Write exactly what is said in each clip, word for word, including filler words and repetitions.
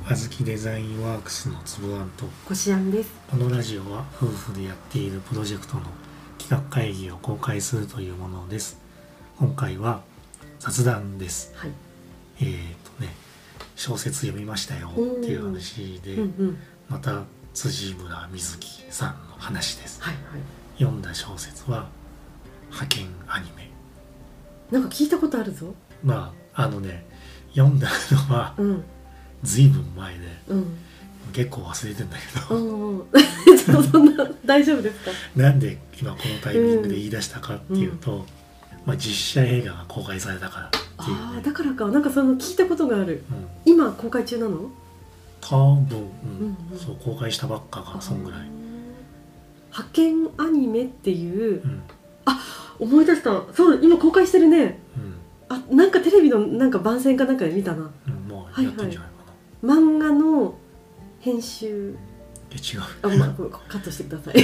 あずきデザインワークスのつぶあんとこしあんです。 このラジオは夫婦でやっているプロジェクトの企画会議を公開するというものです。今回は雑談です。 はい。 えーとね小説読みましたよっていう話で、 うんうん、 また辻村瑞希さんの話です。 はいはい。 読んだ小説は派遣アニメ。 なんか聞いたことあるぞ。 まああのね読んだのは、 うんずいぶん前で、 うん、 結構忘れてんだけど、 うんうん、ちょっとそんな大丈夫ですか？ なんで今このタイミングで言い出したかっていうと、うんまあ、実写映画が公開されたからっていう、ね、 ああだからか、なんかその聞いたことがある、 うん、 今公開中なの？ 多分、うんうんうん、 そう公開したばっかがそんぐらい。 派遣アニメっていう、 うん、 あ思い出した。そう今公開してるね、 うん、 あなんかテレビのなんか番宣かなんかで見たな、 うん、もうやってんじゃないかな、 はいはい、漫画の編集え違うあ、まあ、カットしてください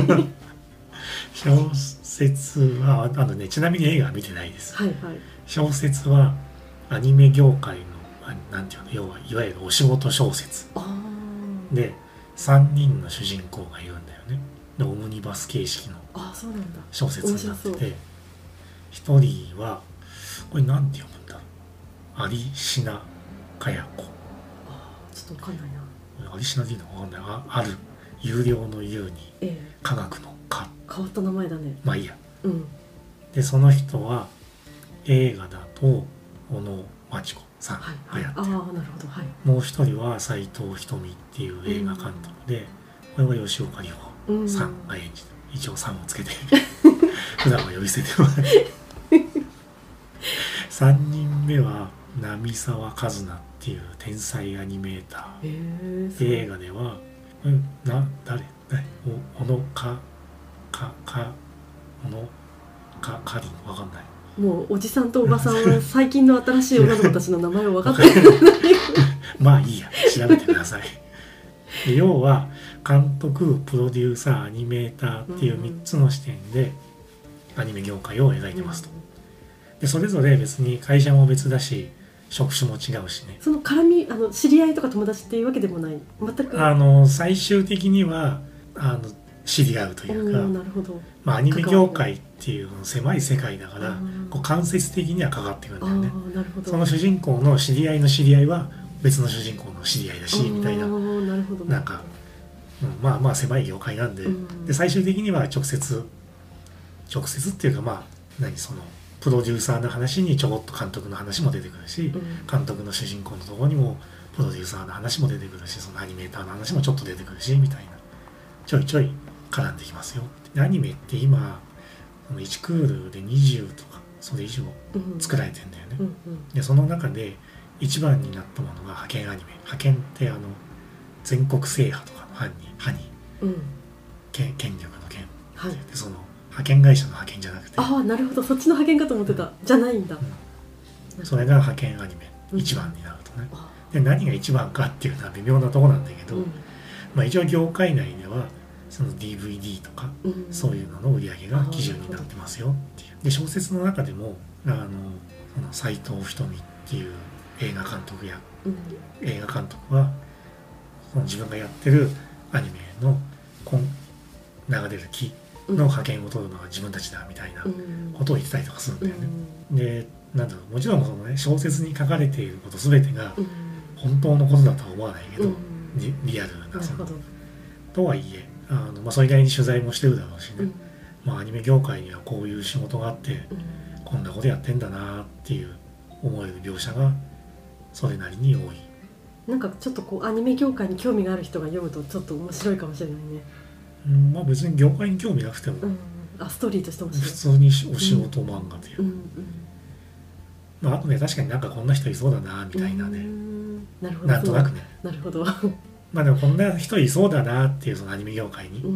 小説はあのねちなみに映画は見てないです。 はいはい。 小説はアニメ業界のなんていうの要はいわゆるお仕事小説でさんにんの主人公がいるんだよね。でオムニバス形式の小説になってて、ひとりはこれなんて読むんだろう、有科かや子。 ちょっとわかんないな。 有科でいいのかわかんない。 あ, ある有料の有に、ええ、科学の科。 変わった名前だね。 まあいいや、 うん、 でその人は映画だと小野真知子さんがやってる、はいはい、ああなるほど、はい、 もう一人は斎藤瞳っていう映画監督で、うん、これは吉岡里帆さんが演じて、うん、一応さんをつけて普段は呼び捨ててもらってさんにんめは波沢一奈っていう天才アニメーター。映画ではんな誰誰お小野かかか小野かかりんわかんない。 もうおじさんとおばさんは最近の新しい女の子たちの名前を分かってるまあいいや調べてくださいで要は監督プロデューサーアニメーターっていうみっつの視点でアニメ業界を描いてますと。でそれぞれ別に会社も別だし職種も違うしね。 その絡みあの知り合いとか友達っていうわけでもない、全くあの最終的にはあの知り合うというか、 なるほど、 まあ、アニメ業界っていう狭い世界だからこう間接的には関わってくるんだよね。 なるほど。 その主人公の知り合いの知り合いは別の主人公の知り合いだしみたいな、 なるほど、 なんか、うん、まあまあ狭い業界なんで、うん、で最終的には直接直接っていうかまあ何そのプロデューサーの話にちょこっと監督の話も出てくるし、うん、監督の主人公のところにもプロデューサーの話も出てくるし、そのアニメーターの話もちょっと出てくるしみたいな、ちょいちょい絡んできますよ。でアニメって今いちクールでにじゅうとかそれ以上作られてんだよね、うんうんうん、でその中で一番になったものが派遣アニメ。派遣ってあの全国制覇とかの派に派に、うん、権, 権力の権、はい、でその派遣会社の派遣じゃなくて、 ああなるほど、そっちの派遣かと思ってた、うん、じゃないんだ、 うん、それが派遣アニメ、うん、一番になるとね。で何が一番かっていうのは微妙なとこなんだけど、うん、まあ一応業界内ではその ディーブイディー とか、うん、そういうのの売り上げが基準になってますよっていう。で小説の中でもあのその斎藤瞳っていう映画監督や、うん、映画監督はその自分がやってるアニメの今流れる木の派遣を取るのは自分たちだみたいなことを言ってたりとかするんだよね、うん、でなんだろう、もちろんその、ね、小説に書かれていること全てが本当のことだとは思わないけど、うん、リ, リアルなそのとはいえあの、まあ、それなりに取材もしてるだろうしね、うんまあ、アニメ業界にはこういう仕事があって、うん、こんなことやってんだなっていう思える描写がそれなりに多い。 なんかちょっとこうアニメ業界に興味がある人が読むとちょっと面白いかもしれないね。 うん、まあ別に業界に興味なくても、うん、 あストーリーとして面白い。 普通にお仕事漫画という、うんうんうんまあ、あとね確かになんかこんな人いそうだなみたいなね、うんなるほどなんとなくね。 なるほどまあでもこんな人いそうだなっていうそのアニメ業界に、うん、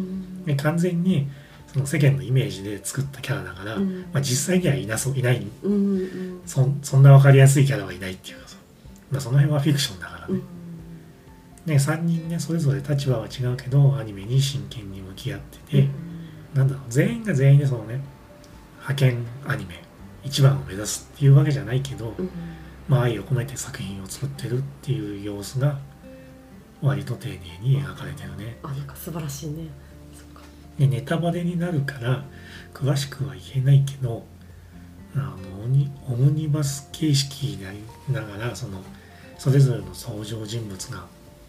で完全にその世間のイメージで作ったキャラだから、うんまあ、実際にはいなそういない、うんうん、そ, そんな分かりやすいキャラはいないっていうか、まあ、その辺はフィクションだからね、うんねさんにんねそれぞれ立場は違うけどアニメに真剣に向き合ってて、うん、なんだろう全員が全員でそのね派遣アニメ一番を目指すっていうわけじゃないけど、うんまあ、愛を込めて作品を作ってるっていう様子が割と丁寧に描かれてるね。 あ、なんか素晴らしいね。そっか。 でネタバレになるから詳しくは言えないけど、あのオニオムニバス形式になりながらそのそれぞれの登場人物が、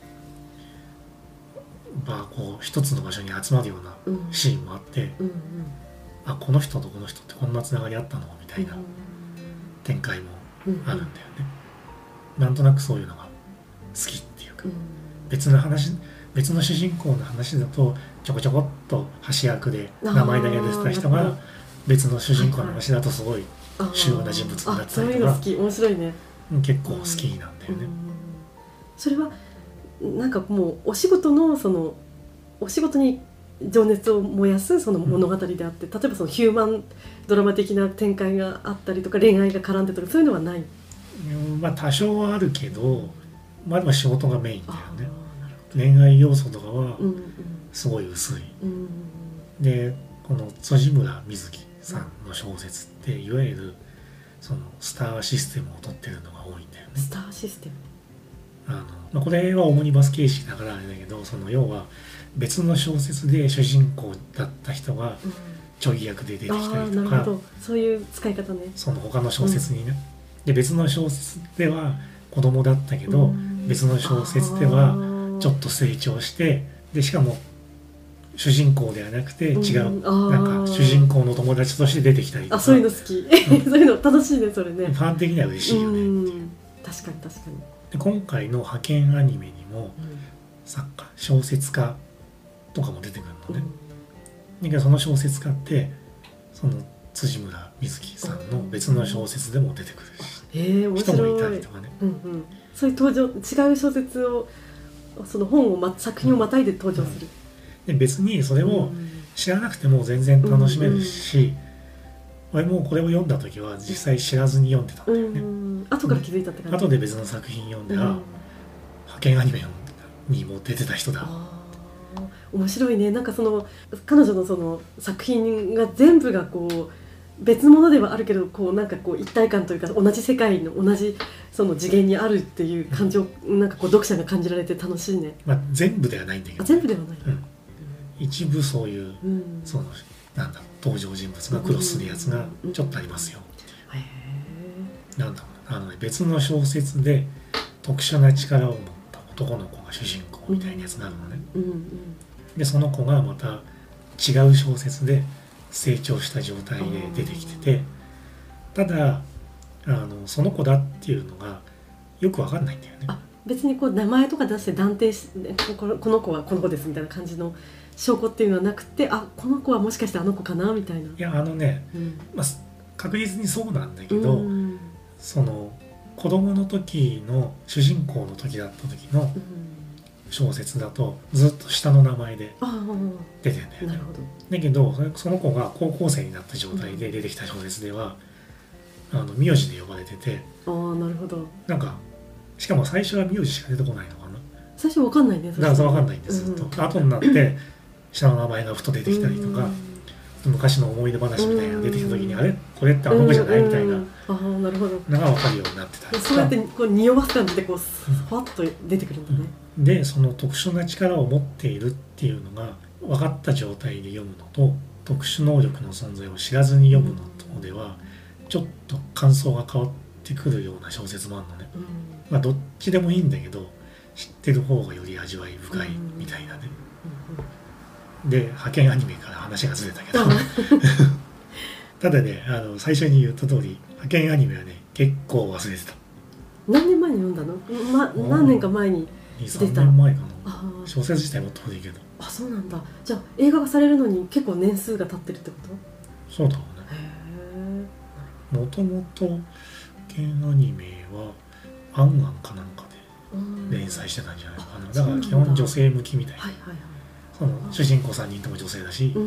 まあ、こう一つの場所に集まるようなシーンもあって、 うんうん、 あ、この人とこの人ってこんなつながりあったのみたいな展開もあるんだよね、うんうん、なんとなくそういうのが好きっていうか、うん、別の話別の主人公の話だとちょこちょこっと端役で名前だけ出てた人が別の主人公の話だとすごい主要な人物になったりとか、そういうの好き、 面白いね、 結構好きなんだよね、うんうん、 それはなんかもうお仕事のそのお仕事に情熱を燃やすその物語であって、うん、例えばそのヒューマンドラマ的な展開があったりとか恋愛が絡んでとかそういうのはない？ うん、まあ多少はあるけど、まあでも仕事がメインだよね。恋愛要素とかはすごい薄い、うんうん、でこの辻村瑞希さんの小説っていわゆるそのスターシステムを取ってるのが多いんだよね。 スターシステム、 あの、まあ、これはオムニバス形式だからあれだけど、その要は別の小説で主人公だった人がちょい役で出てきたりとか、うん、 なるほど、そういう使い方ね。 その他の小説にね、うん、で別の小説では子供だったけど、うん、別の小説ではちょっと成長して、でしかも主人公ではなくて違う、うん、なんか主人公の友達として出てきたりとか、 あ、そういうの好き、うん、そういうの楽しいね、それね。 ファン的には嬉しいよね、うん、 確かに確かに。 で今回の派遣アニメにも、うん、作家小説家とかも出てくるのね、うん、だけどその小説家ってその辻村瑞希さんの別の小説でも出てくるし、 えー、面白い人もいたりとかね、 うんうん、そういう登場、違う小説をその本を、ま、作品をまたいで登場する、 うん、で別にそれを知らなくても全然楽しめるし、うんうん、俺もこれを読んだ時は実際知らずに読んでたんだよね、うん、 後から気づいたって感じ。 後で別の作品読んで、うん、派遣アニメにも出てた人だ。 面白いね。なんかその彼女のその作品が全部がこう別物ではあるけど、こうなんかこう一体感というか同じ世界の同じその次元にあるっていう感情、うん、なんかこう読者が感じられて楽しいね。 まあ全部ではないんだけど、 あ、全部ではない、うん、 一部そういう、うん、そのなんだろう、登場人物がクロスするやつがちょっとありますよ、うんうん、へえ。なんだろう、あの、ね、別の小説で特殊な力を持った男の子が主人公みたいなやつなのね、うんうんうん、でその子がまた違う小説で成長した状態で出てきてて、ただあのその子だっていうのがよく分かんないんだよね。 あ、別にこう名前とか出して断定しこの、この子はこの子ですみたいな感じの証拠っていうのはなくて、あ、この子はもしかしてあの子かなみたいな。いや、あのね、うん、まあ、確実にそうなんだけど、うん、その子供の時の主人公の時だった時の小説だとずっと下の名前で出てるんだよね。なるほど。だけどその子が高校生になった状態で出てきた小説では、うん、あの名字で呼ばれてて、 ああ、なるほど。 なんかしかも最初は名字しか出てこないのかな。 最初わかんないね。 だからわかんないんです、うん、と後になって下の名前がふと出てきたりとか、うん、昔の思い出話みたいなのが出てきた時に、うん、あれこれってあの子じゃないみたいなのが分かるようになってたりとか、 そうやってこう匂わす感じでこうふわっと出てくるんだね、 うん、でその特殊な力を持っているっていうのが分かった状態で読むのと、特殊能力の存在を知らずに読むのとではちょっと感想が変わってくるような小説もあるのね、うん、まあどっちでもいいんだけど知ってる方がより味わい深いみたいなね、うん、で派遣アニメから話がずれたけどただね、あの最初に言った通り派遣アニメはね結構忘れてた。 何年前に読んだの？ま、何年か前に出た。にさんねんまえかな。小説自体もっと古いけど。 あ、そうなんだ。じゃあ映画化されるのに結構年数が経ってるってこと？ そうだろうね。へえ。もともと派遣アニメはアンアンかなんかで連載してたんじゃないかな。だから基本女性向きみたいな。はいはいはい。その主人公さんにんとも女性だし。うん、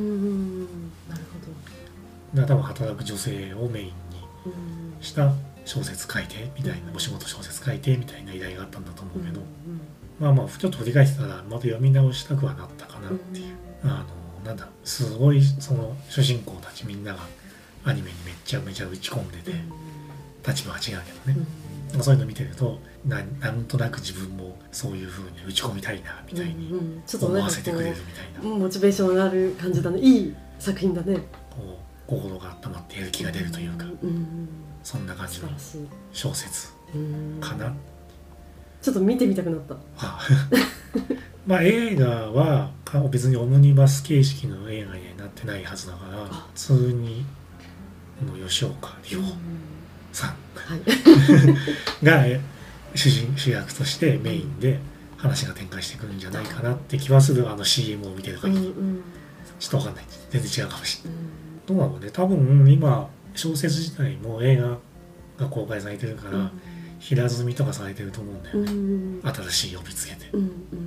なるほど。だから多分働く女性をメインにした小説書いてみたいな、お仕事小説書いてみたいな依頼があったんだと思うけど、まあまあちょっと振り返ってたらまた読み直したくはなったかなっていう、あのなんだすごいその主人公たちみんながアニメにめっちゃめちゃ打ち込んでて、立場は違うけどね、 そういうの見てると な, なんとなく自分もそういう風に打ち込みたいなみたいに思わせてくれるみたいな、 モチベーションがある感じだね。いい作品だね。 こう心が温まってやる気が出るというか、うんうん、そんな感じの小説かな。 ちょっと見てみたくなった。はあまあ映画は別にオムニバス形式の映画にはなってないはずだから普通にの吉岡里帆さん、はい、が主人主役としてメインで話が展開してくるんじゃないかなって気はする。あの シーエム を見てる限り、うんうん、ちょっと分かんない、全然違うかもしれない、うん、どうなのね。多分今小説自体も映画が公開されてるから、うん、平積みとかされてると思うんだよね、うん、新しい呼びつけて、うんうん、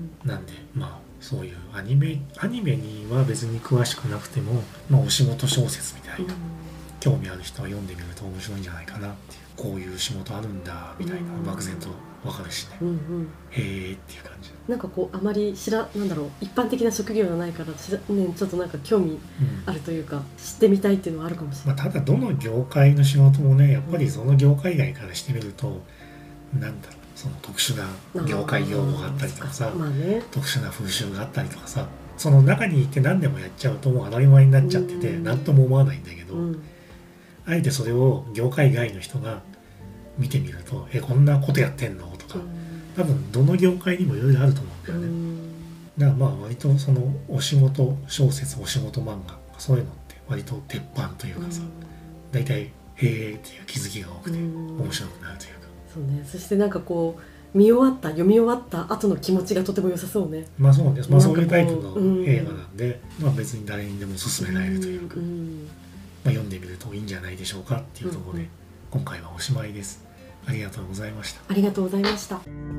なんでまあそういうアニメアニメには別に詳しくなくても、まあ、お仕事小説みたいな、うん、興味ある人は読んでみると面白いんじゃないかなっていう。こういう仕事あるんだみたいな、うん、漠然と分かるしね、うんうん、へーっていう感じ。 なんかこうあまり知らなんだろう一般的な職業がないからしら、ね、ちょっとなんか興味あるというか、うん、知ってみたいっていうのはあるかもしれない、 まあ、ただどの業界の仕事もねやっぱりその業界外からしてみると、うん、なんだろうその特殊な業界用語があったりとかさ、まあね、特殊な風習があったりとかさ、その中にいて何でもやっちゃうともう当たり前になっちゃってて、うん、何とも思わないんだけど、うん、あえてそれを業界外の人が見てみるとえこんなことやってんのとか、うん、多分どの業界にもいろいろあると思うんだよね、うん、だからまあ割とそのお仕事小説お仕事漫画そういうのって割と鉄板というかさ、うん、大体へーっていう気づきが多くて面白くなるというか、 そうね。そしてなんかこう見終わった読み終わった後の気持ちがとても良さそうね。 まあそうです、まあ、そういうタイプの映画なんで、うん、まあ別に誰にでも勧められるというか、うんうん、まあ、読んでみるといいんじゃないでしょうかっていうところで、うんうん、今回はおしまいです。ありがとうございました。 ありがとうございました。